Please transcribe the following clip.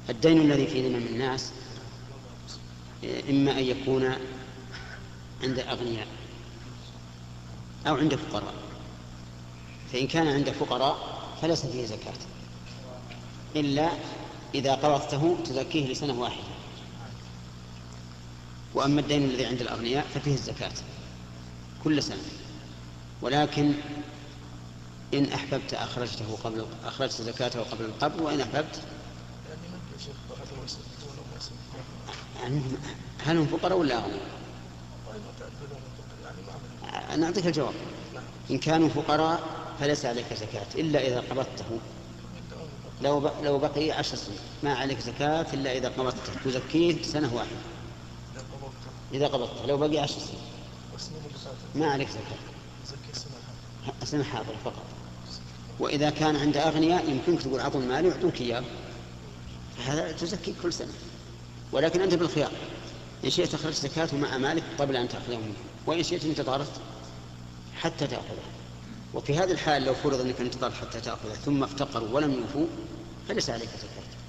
الدين الذي في ذمم الناس إما أن يكون عند أغنياء أو عند فقراء، فإن كان عند فقراء فليس فيه زكاة إلا إذا قبضته تزكيه لسنة واحدة. وأما الدين الذي عند الأغنياء ففيه الزكاة كل سنة، ولكن إن أحببت أخرجت زكاته قبل القبض، وإن أحببت هل هم فقراء ولا أغنياء؟ نعطيك الجواب. إن كانوا فقراء فليس عليك زكاة إلا إذا قبضته. لو بقي 10 سنين ما عليك زكاة إلا إذا قبضته، تزكيه سنة واحدة إذا قبضته. لو بقي 10 سنين ما عليك زكاة، سنة حاضر فقط. وإذا كان عند أغنياء يمكنك تقول عطوا المال يعطوك إياه، هذا تزكي كل سنة، ولكن أنت بالخيار، إن شئت أخرجت زكاته مع مالك قبل أن تأخذه منه، وإن شئت انتظرت حتى تأخذه. وفي هذه الحال لو فرض أنك انتظرت حتى تأخذه ثم افتقروا ولم يوفوا فليس عليك زكاة.